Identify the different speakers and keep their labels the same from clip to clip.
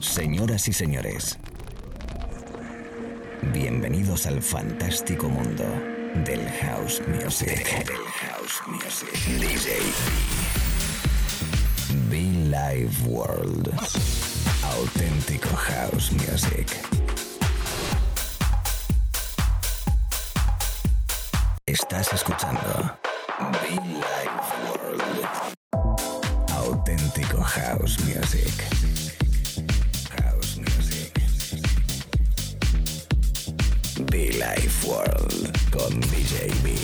Speaker 1: Señoras y señores, bienvenidos al fantástico mundo del house music. DJ Be Live World. Auténtico house music. Estás escuchando Be Live World. Auténtico house music. Be Live World con DJ B.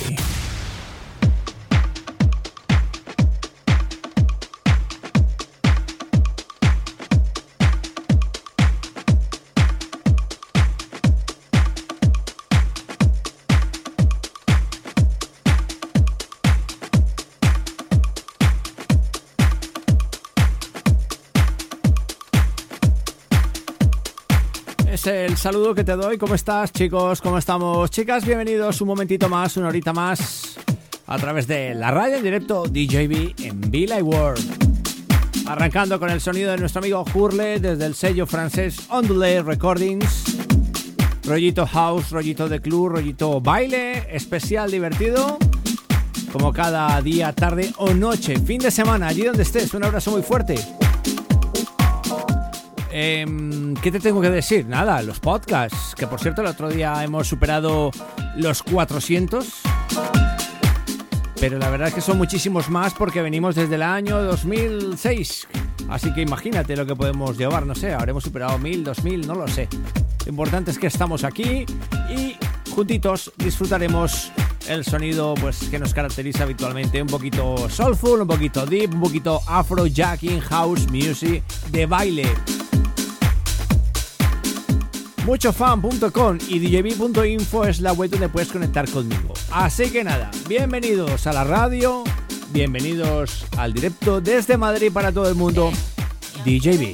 Speaker 2: Es el saludo que te doy. ¿Cómo estás, chicos? ¿Cómo estamos, chicas? Bienvenidos un momentito más, una horita más a través de la radio en directo DJB en Be Live World. Arrancando con el sonido de nuestro amigo Hurle desde el sello francés Ondulé Recordings. Rollito house, rollito de club, rollito baile, especial divertido. Como cada día, tarde o noche, fin de semana, allí donde estés. Un abrazo muy fuerte. ¿Qué te tengo que decir? Nada, los podcasts, que por cierto el otro día hemos superado los 400, pero la verdad es que son muchísimos más porque venimos desde el año 2006, así que imagínate lo que podemos llevar, no sé, habremos superado 1000, 2000, no lo sé. Lo importante es que estamos aquí y juntitos disfrutaremos el sonido pues que nos caracteriza habitualmente, un poquito soulful, un poquito deep, un poquito afro, jacking, house music de baile. Muchofan.com y djb.info es la web donde puedes conectar conmigo. Así que nada, bienvenidos a la radio, bienvenidos al directo desde Madrid para todo el mundo, DJB.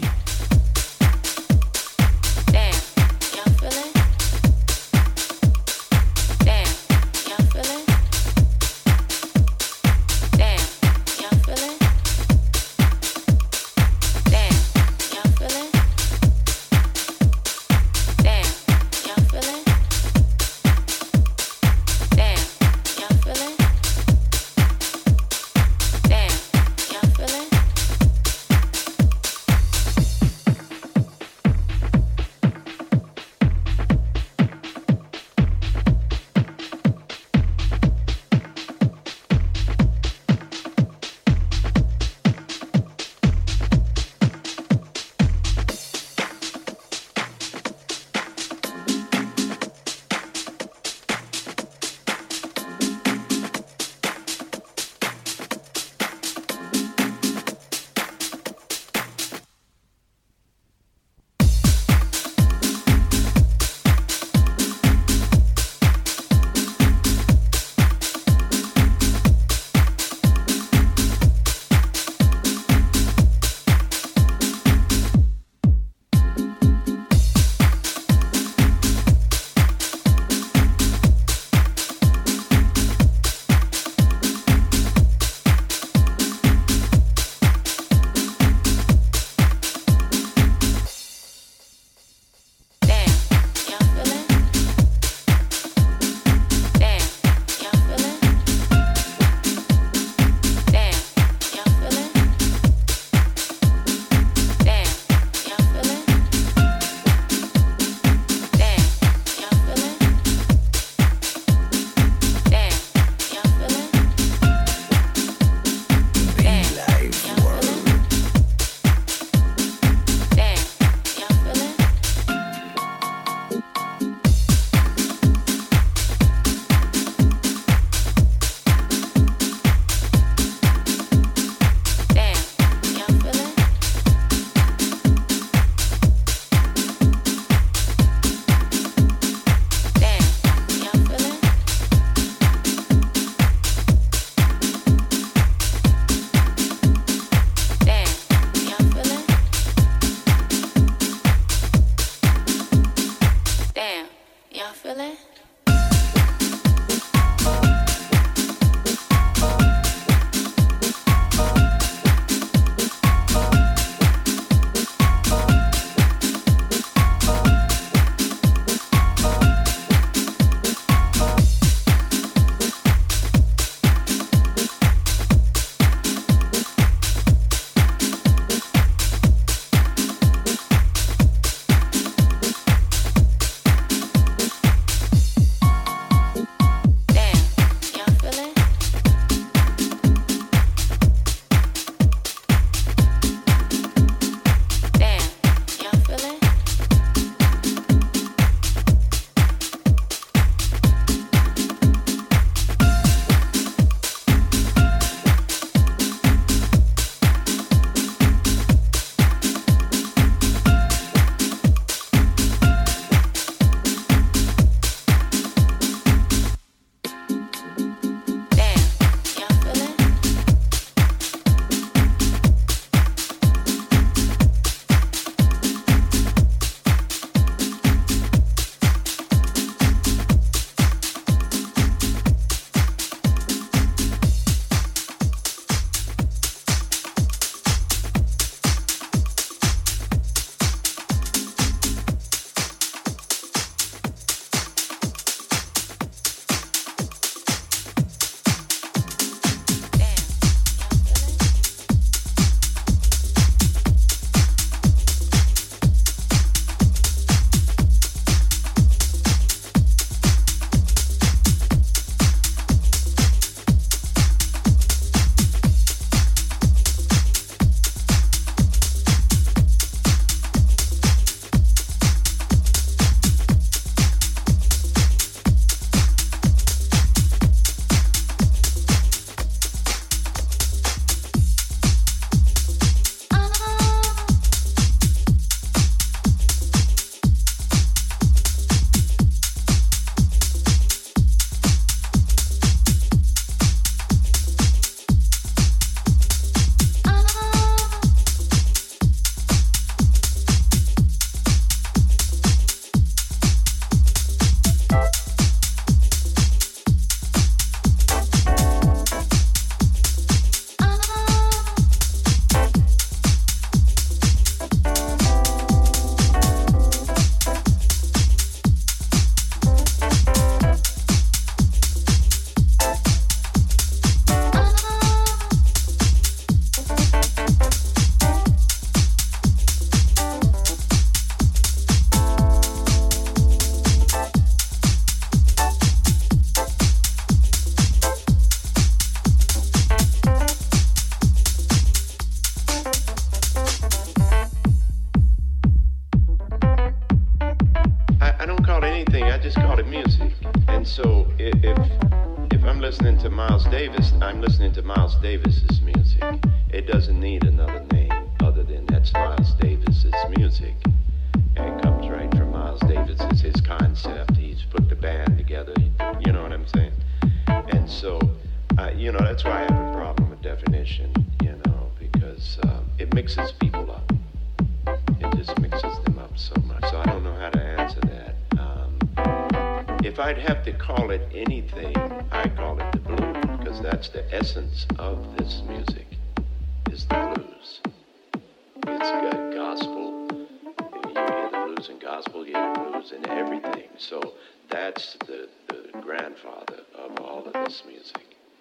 Speaker 3: anything. I just call it music. And so if I'm listening to Miles Davis, I'm listening to Miles Davis's music. It doesn't need another name other than that's Miles Davis's music. And it comes right from Miles Davis. It's his concept. He's put the band together. You know what I'm saying? And so, that's why I have a problem with definition, because it mixes people up. It just mixes them up so much. So I don't know how to answer that. If I'd have to call it anything, I call it the blues, because that's the essence of this music, is the blues. It's got gospel. You hear the blues and gospel, you hear the blues and everything. So that's the grandfather of all of this music.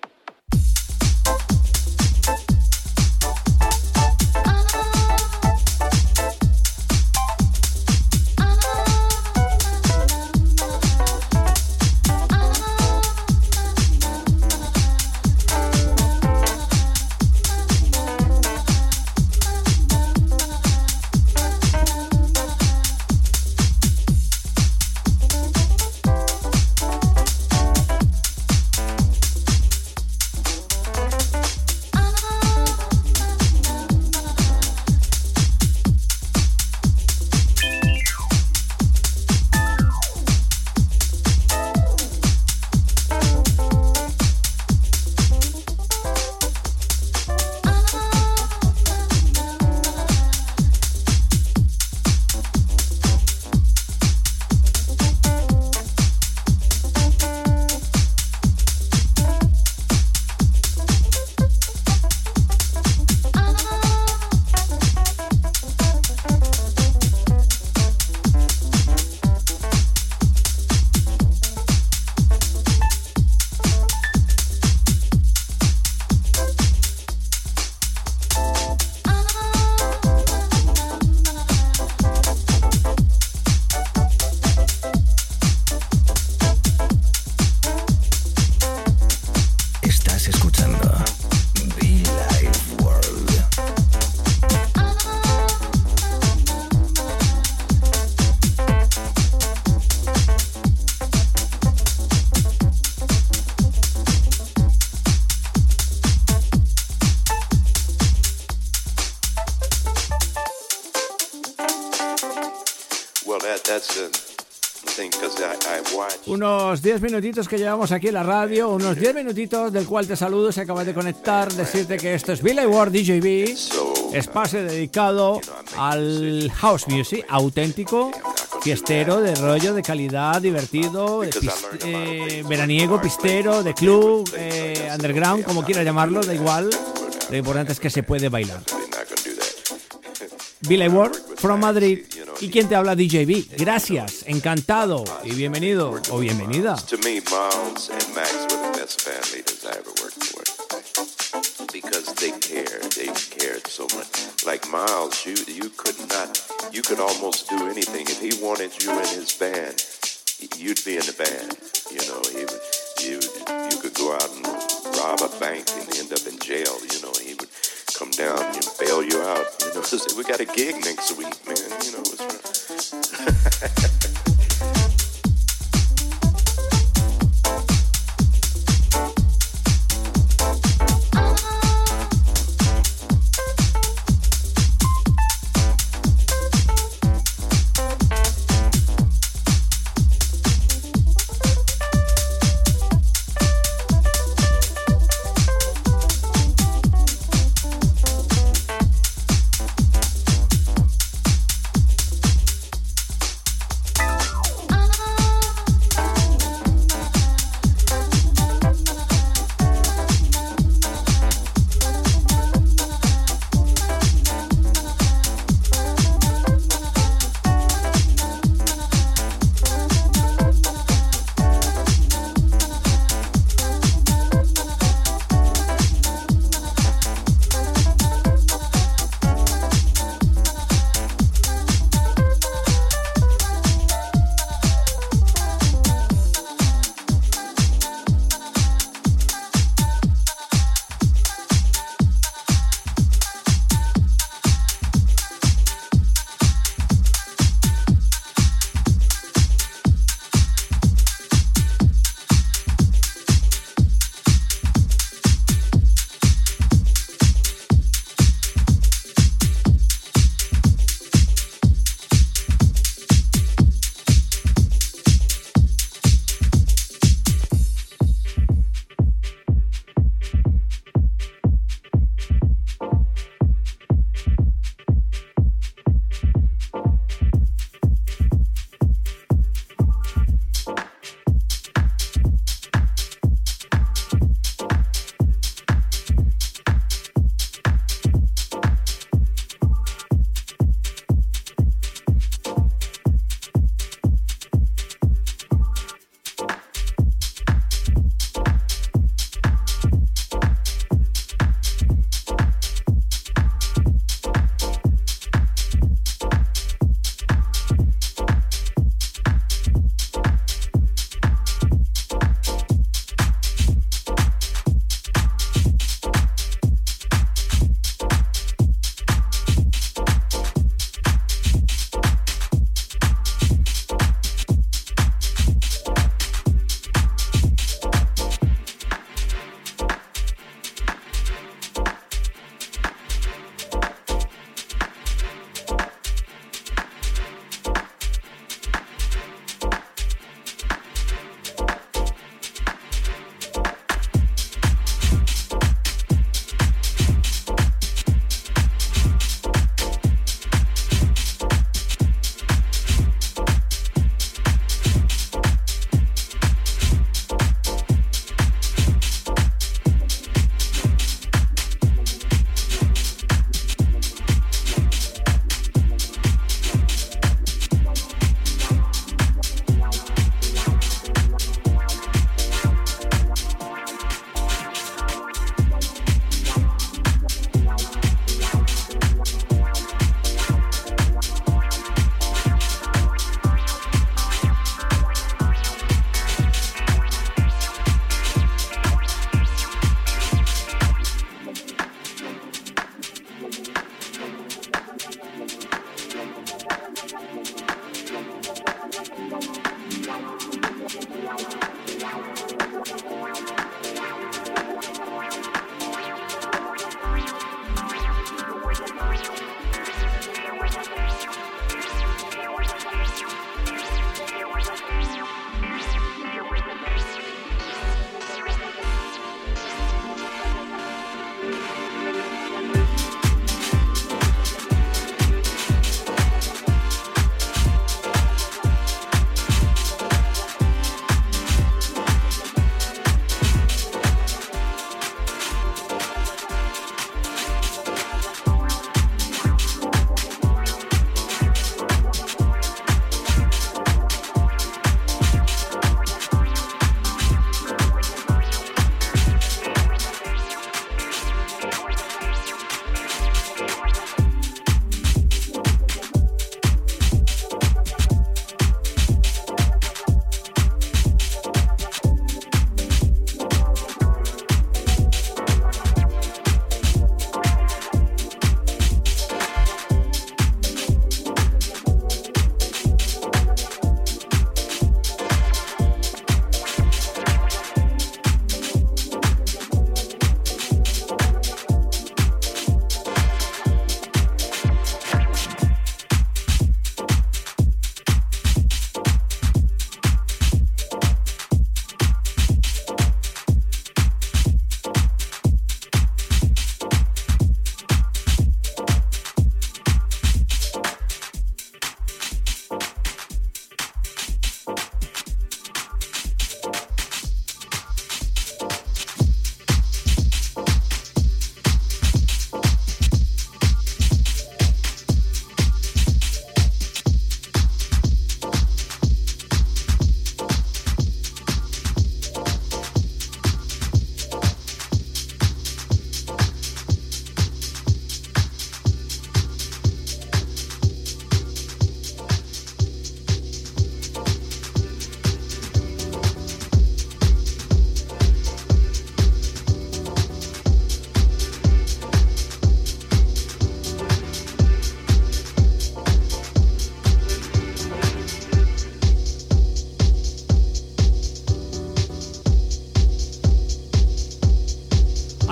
Speaker 2: Unos 10 minutitos que llevamos aquí en la radio, unos 10 minutitos del cual te saludo si acabas de conectar, decirte que esto es Billy Ward DJB, espacio dedicado al house music auténtico, fiestero, de rollo, de calidad, divertido, veraniego, pistero, de club, underground, como quieras llamarlo, da igual, lo importante es que se puede bailar. Billy Ward, from Madrid. ¿Y quién te habla? DJB. Gracias, encantado y bienvenido o bienvenida.
Speaker 3: To me, Miles and Max were the best band leaders I ever worked for. Because they cared so much. Like Miles, you could almost do anything. If he wanted you in his band, you'd be in the band. You could go out and rob a bank and end up in jail. He would come down and bail you out. Say, we got a gig next week, man. It's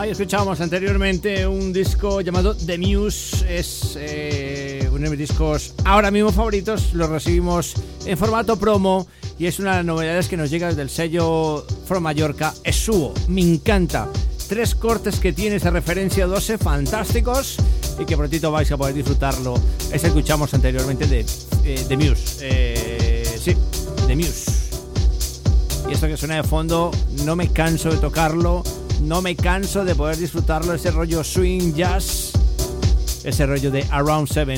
Speaker 2: Ahí escuchábamos anteriormente un disco llamado The Muse. Es uno de mis discos ahora mismo favoritos. Lo recibimos en formato promo y es una de las novedades que nos llega desde el sello From Mallorca, Esuo. Me encanta. 3 cortes que tiene esa referencia 12 fantásticos y que prontito vais a poder disfrutarlo. Ese escuchamos anteriormente de The Muse. Sí, The Muse. Y esto que suena de fondo, no me canso de tocarlo. No me canso de poder disfrutarlo, ese rollo swing jazz, ese rollo de Around 7.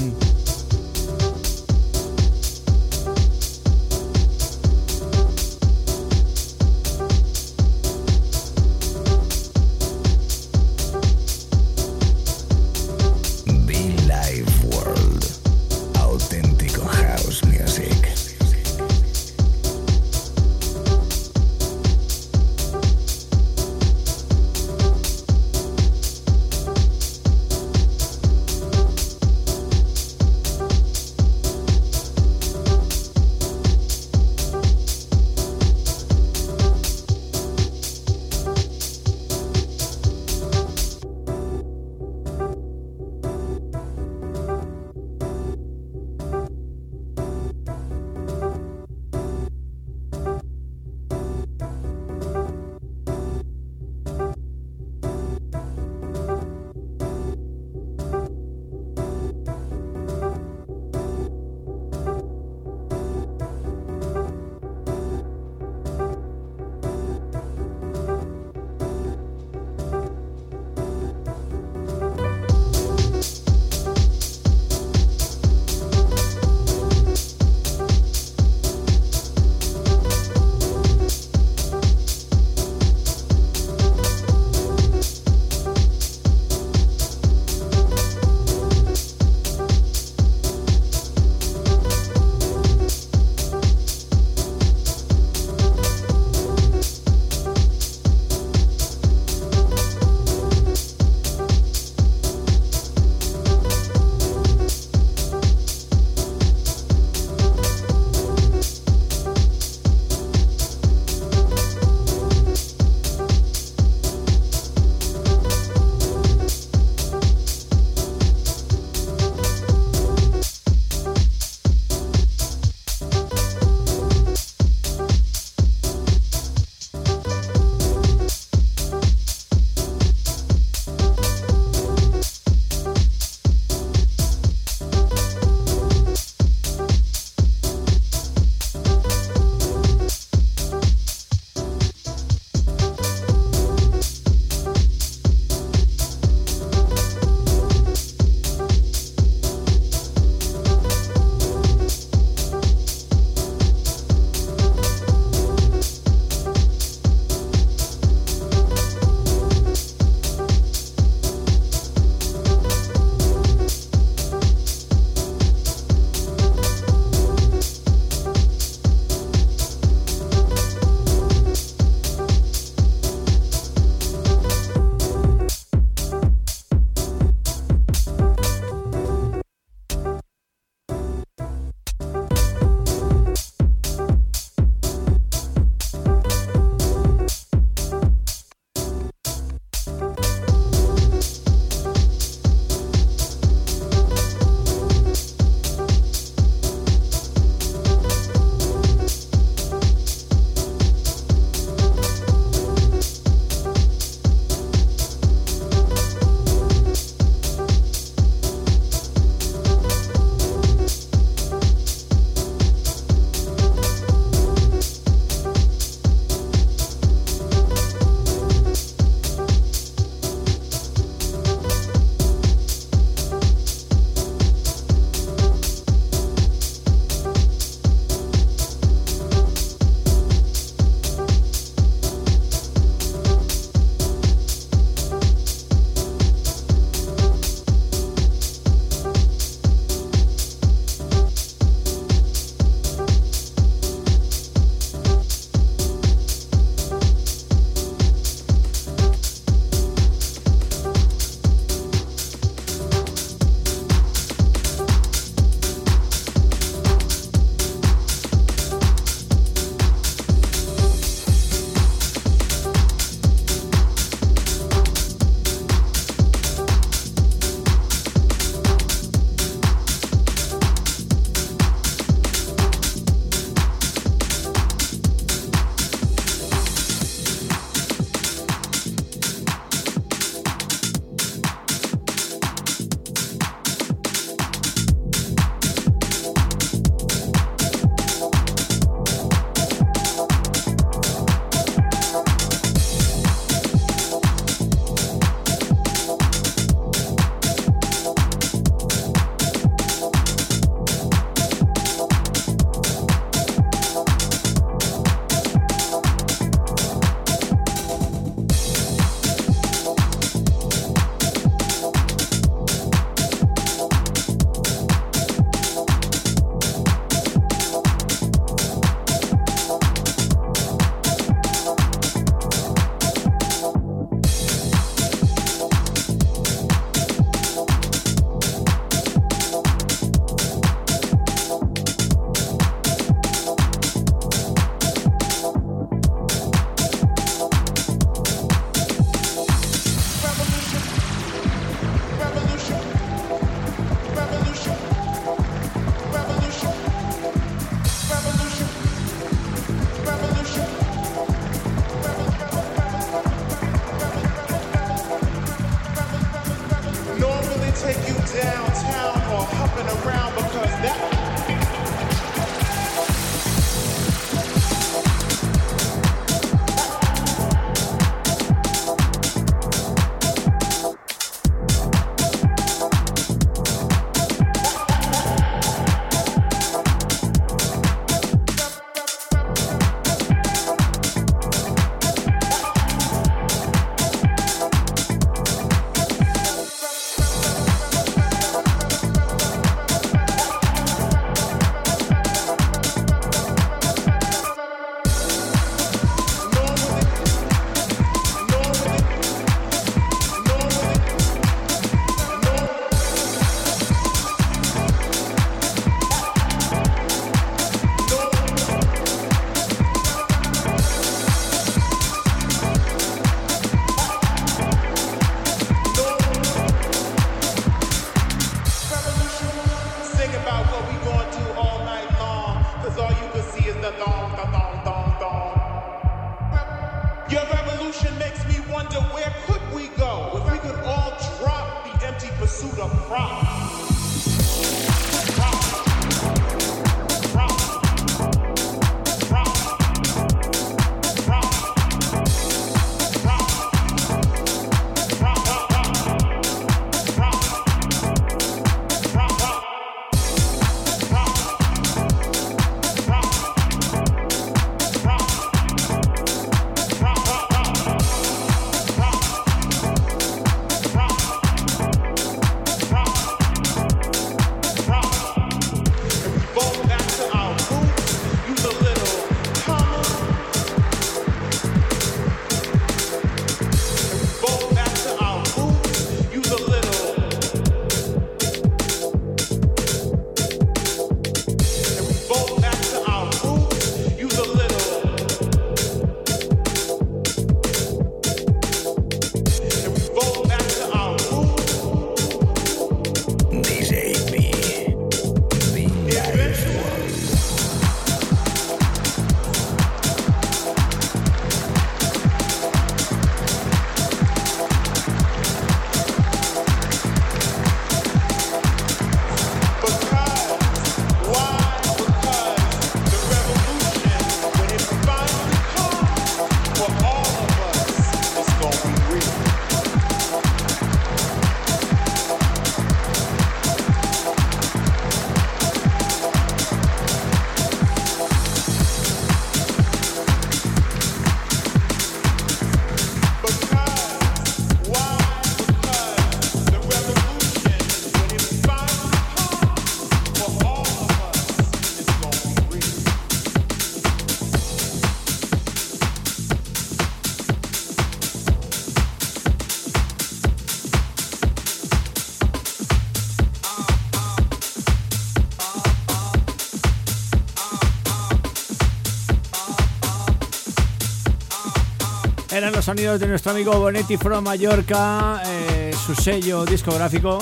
Speaker 2: Eran los sonidos de nuestro amigo Bonetti from Mallorca, su sello discográfico,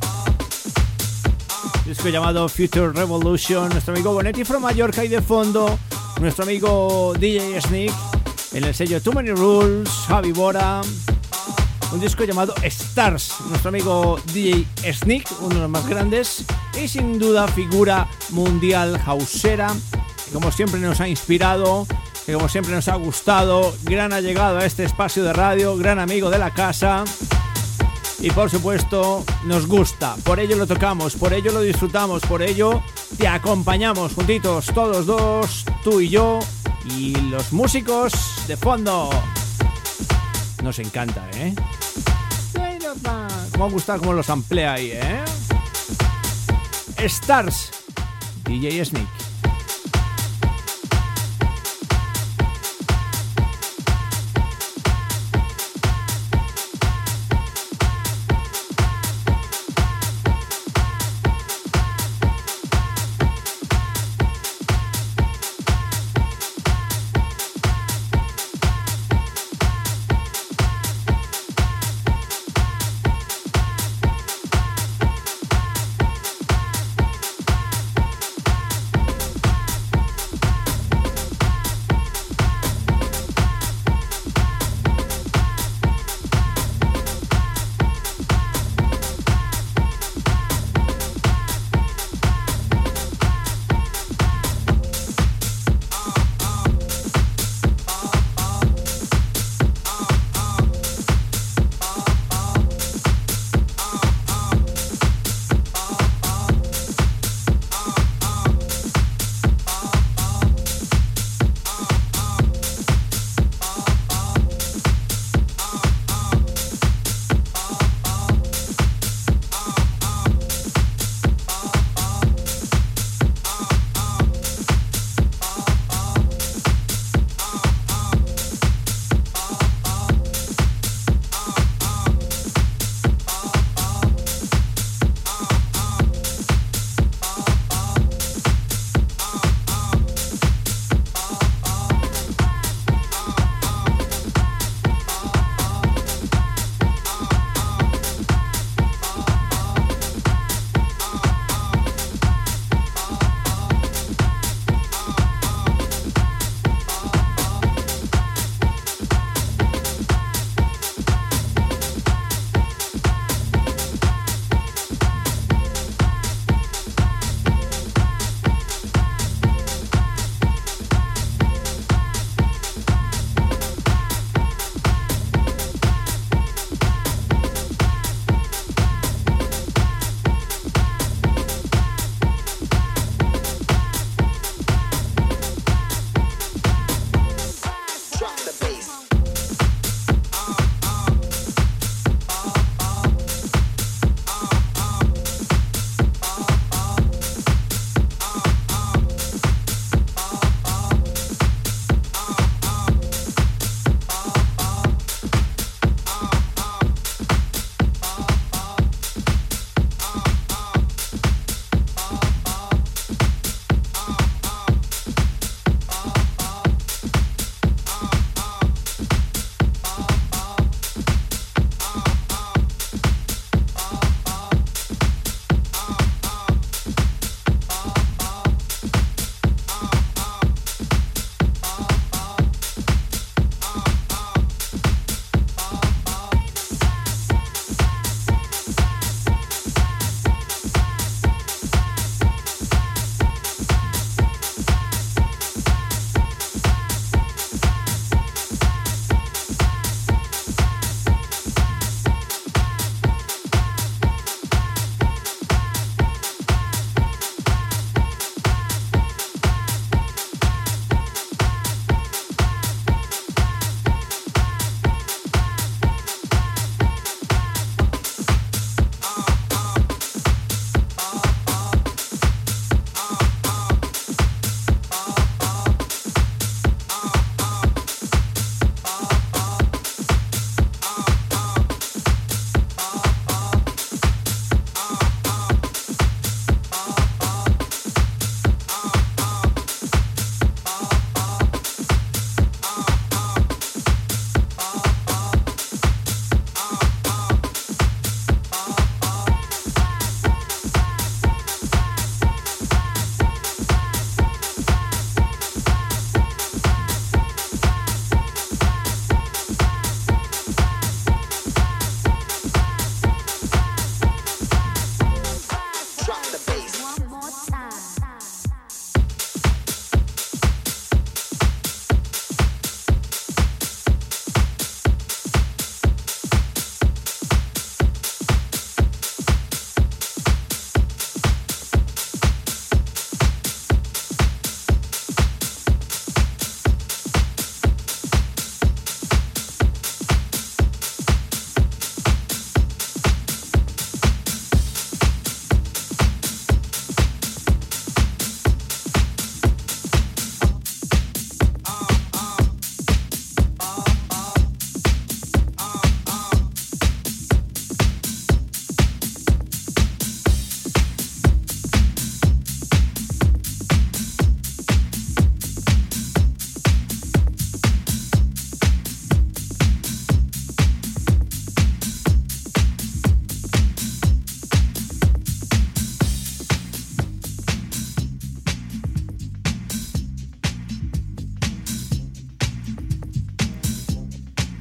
Speaker 2: disco llamado Future Revolution. Nuestro amigo Bonetti from Mallorca, y de fondo nuestro amigo DJ Sneak en el sello Too Many Rules, Javi Bora, un disco llamado Stars. Nuestro amigo DJ Sneak, uno de los más grandes y sin duda figura mundial houseera, que como siempre nos ha inspirado, que como siempre nos ha gustado, gran allegado a este espacio de radio, gran amigo de la casa, y por supuesto nos gusta, por ello lo tocamos, por ello lo disfrutamos, por ello te acompañamos juntitos todos dos, tú y yo y los músicos de fondo. Nos encanta, cómo gusta cómo los amplía ahí, Stars, DJ Sneak.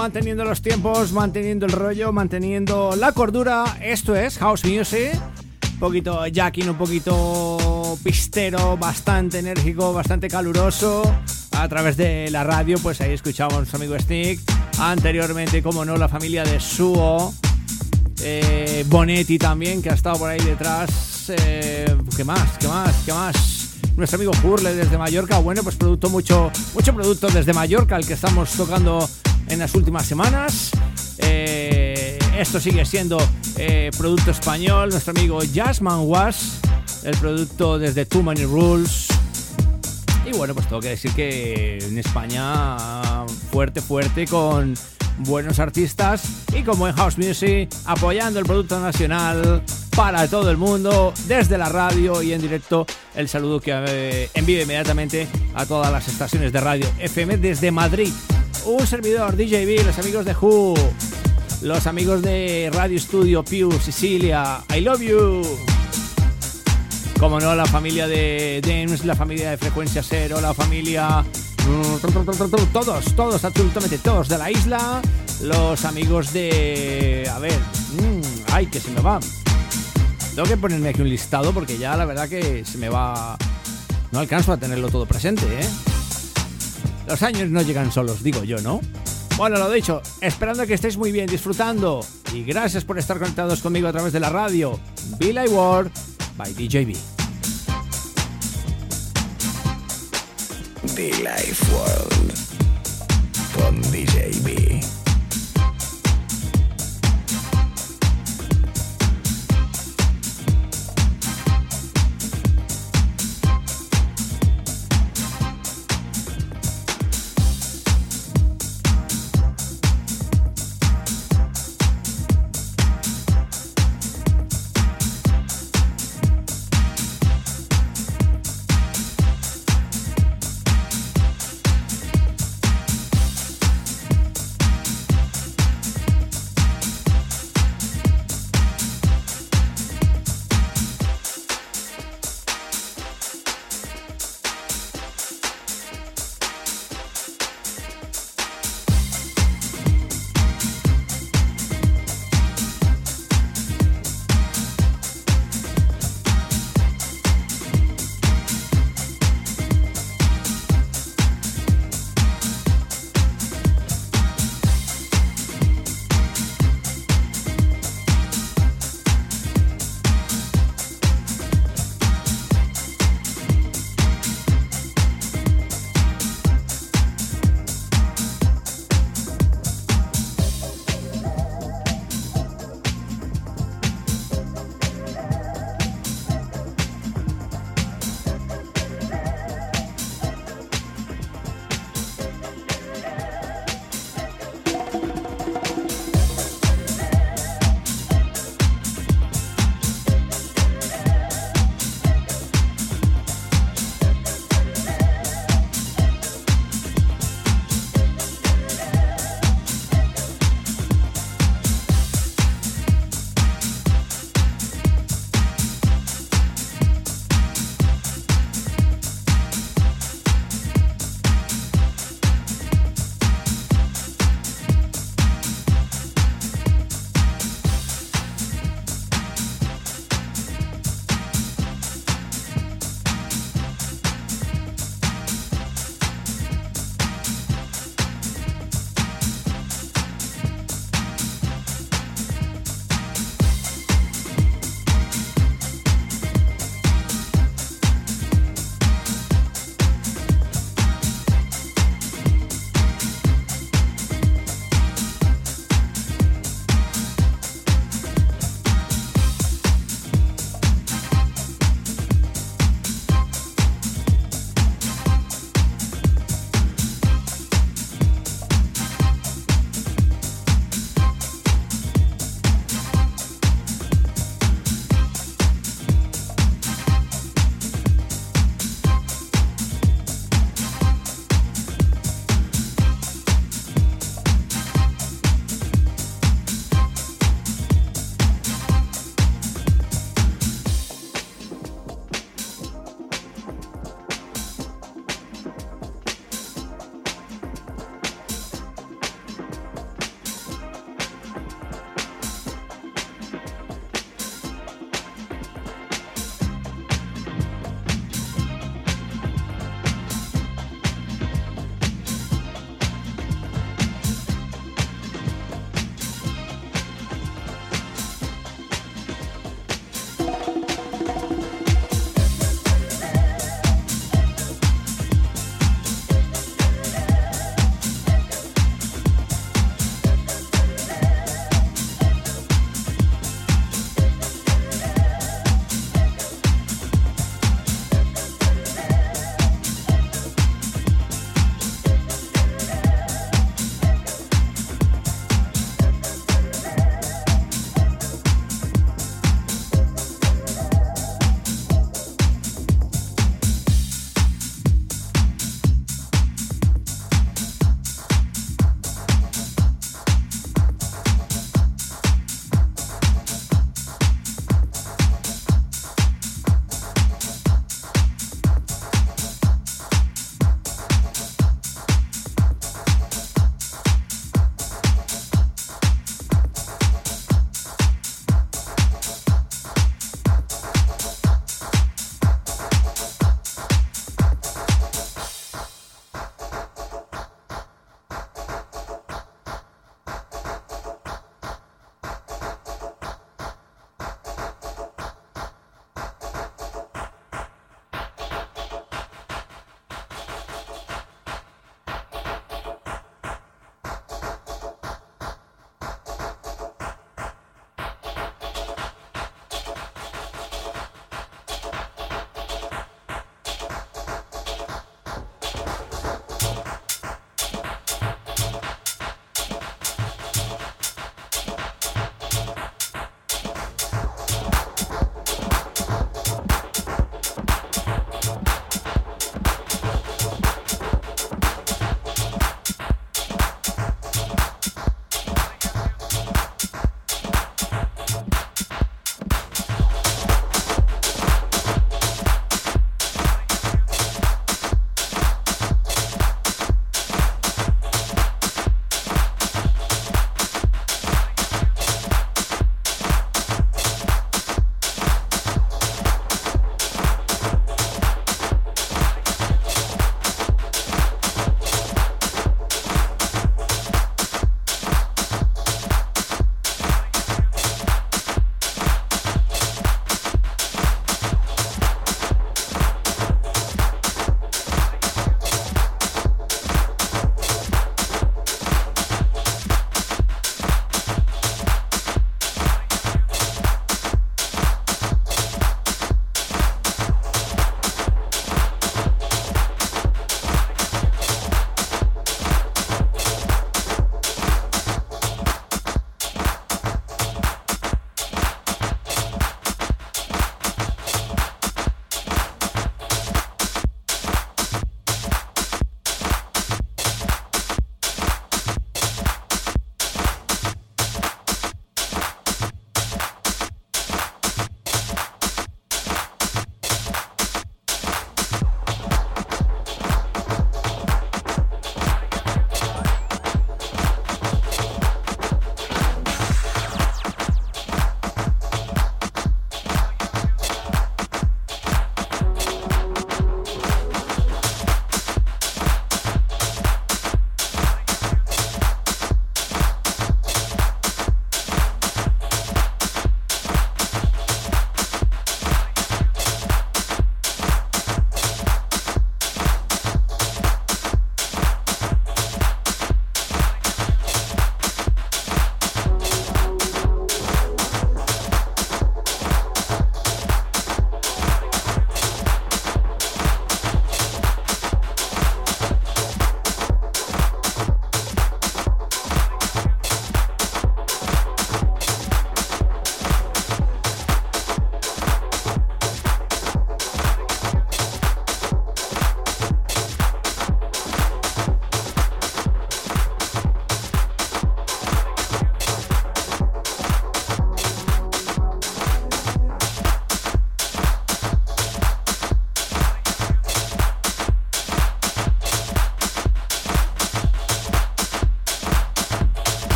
Speaker 2: manteniendo los tiempos, manteniendo el rollo, manteniendo la cordura. Esto es House Music. Un poquito jacking, un poquito pistero, bastante enérgico, bastante caluroso. A través de la radio, pues ahí escuchamos a nuestro amigo Sneak. Anteriormente, como no, la familia de Suo. Bonetti también, que ha estado por ahí detrás. ¿Qué más? Nuestro amigo Hurley desde Mallorca. Bueno, pues mucho producto desde Mallorca, el que estamos tocando en las últimas semanas. Esto sigue siendo producto español. Nuestro amigo Jasman Was, el producto desde Too Many Rules. Y bueno, pues tengo que decir que en España fuerte con buenos artistas y como en House Music, apoyando el producto nacional para todo el mundo, desde la radio y en directo. El saludo que envío inmediatamente a todas las estaciones de radio FM desde Madrid. Un servidor, DJB, los amigos de Who, los amigos de Radio Studio Pew, Sicilia, I love you. Como no, la familia de Dance, la familia de Frecuencia Cero, la familia... Todos, absolutamente todos de la isla. Los amigos de... A ver... Ay, que se me va. Tengo que ponerme aquí un listado porque ya la verdad que se me va... No alcanzo a tenerlo todo presente, ¿eh? Los años no llegan solos, digo yo, ¿no? Bueno, lo dicho, esperando que estéis muy bien, disfrutando. Y gracias por estar conectados conmigo a través de la radio. Be Like World by DJB.
Speaker 1: The Life World con DJB.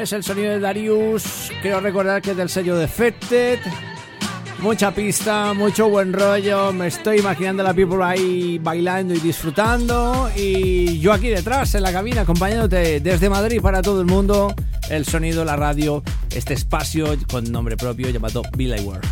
Speaker 2: Es el sonido de Darius. Quiero recordar que es del sello Defected. Mucha pista, mucho buen rollo. Me estoy imaginando a la people ahí bailando y disfrutando. Y yo aquí detrás en la cabina acompañándote desde Madrid para todo el mundo. El sonido, la radio, este espacio con nombre propio llamado Billy Ward.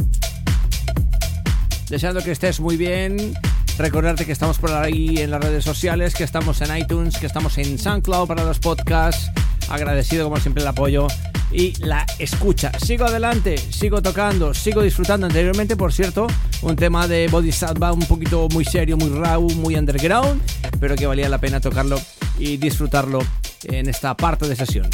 Speaker 2: Deseando que estés muy bien. Recordarte que estamos por ahí en las redes sociales, que estamos en iTunes, que estamos en SoundCloud para los podcasts. Agradecido como siempre el apoyo y la escucha. Sigo adelante, sigo tocando, sigo disfrutando. Anteriormente, por cierto, un tema de Bodhisattva un poquito muy serio, muy raw, muy underground, pero que valía la pena tocarlo y disfrutarlo en esta parte de sesión.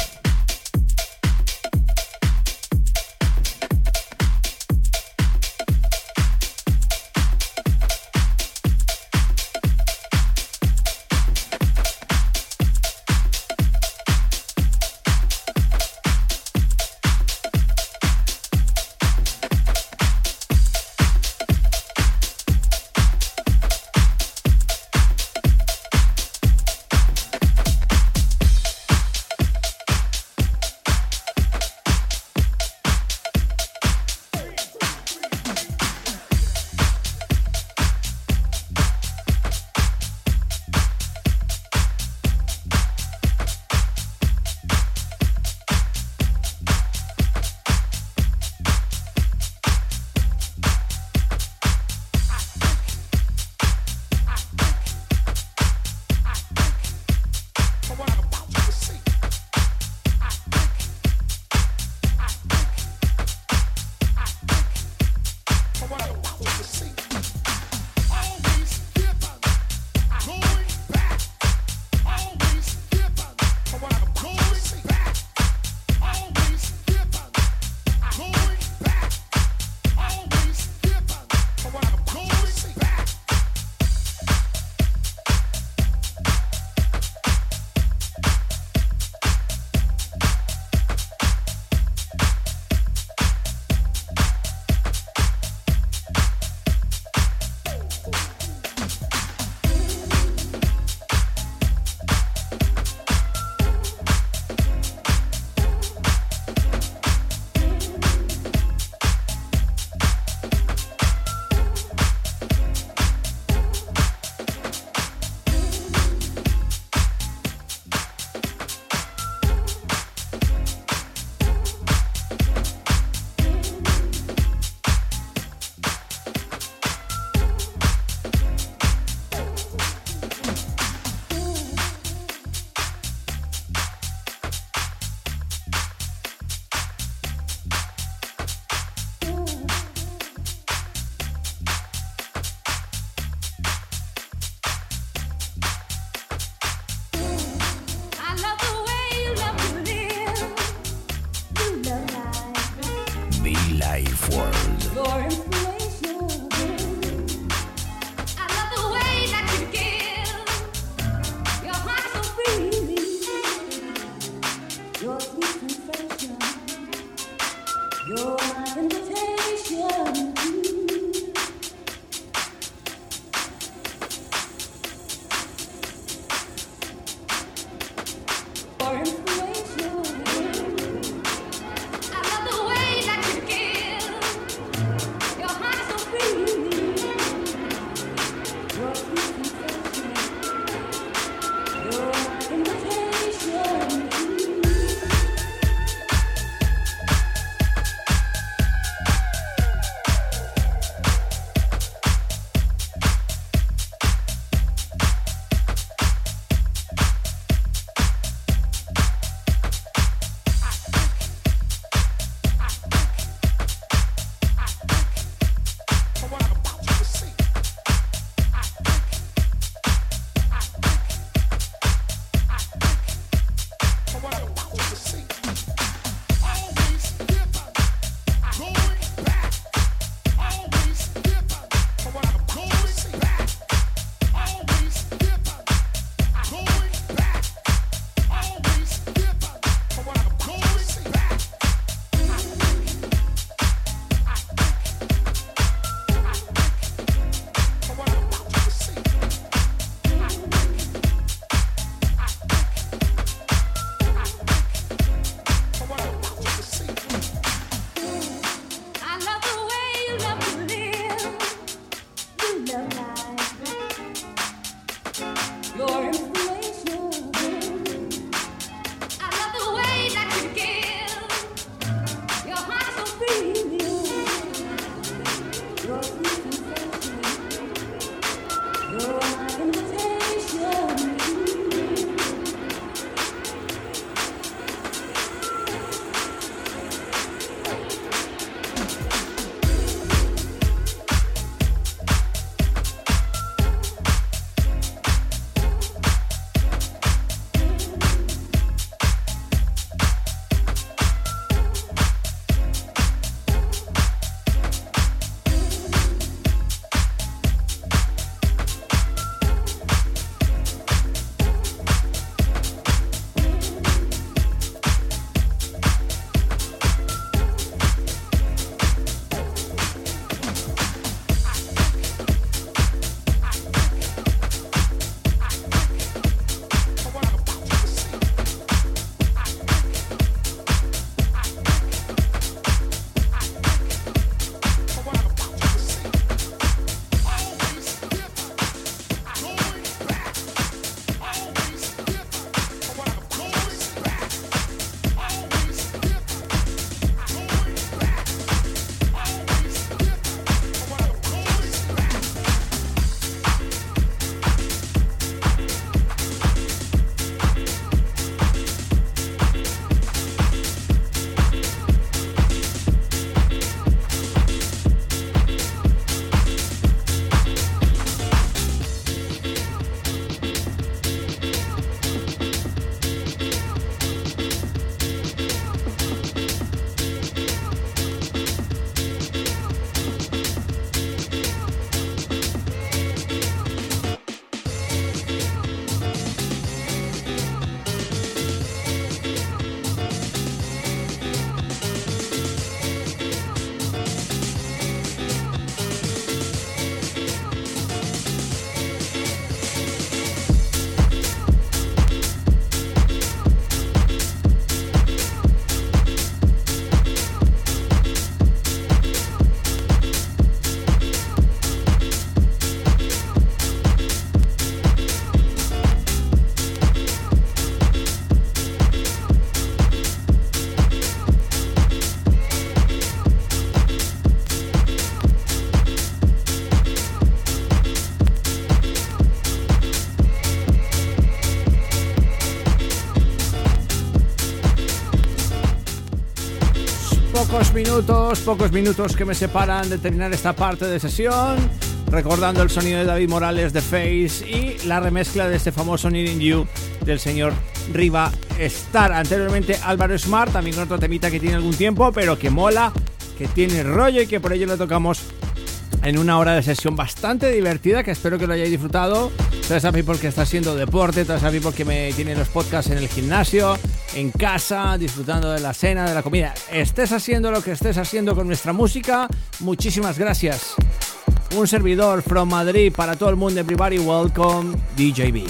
Speaker 4: Your
Speaker 2: Pocos minutos que me separan de terminar esta parte de sesión, recordando el sonido de David Morales de Face y la remezcla de este famoso Needing You del señor Riva Star. Anteriormente Álvaro Smart, también con otro temita que tiene algún tiempo, pero que mola, que tiene rollo y que por ello lo tocamos en una hora de sesión bastante divertida, que espero que lo hayáis disfrutado. Toda esa people que está haciendo deporte, toda esa people que me tiene los podcasts en el gimnasio, en casa, disfrutando de la cena, de la comida. Estés haciendo lo que estés haciendo con nuestra música, muchísimas gracias. Un servidor from Madrid para todo el mundo. Everybody welcome DJB.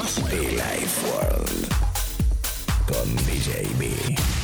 Speaker 1: Be Life World con DJ B.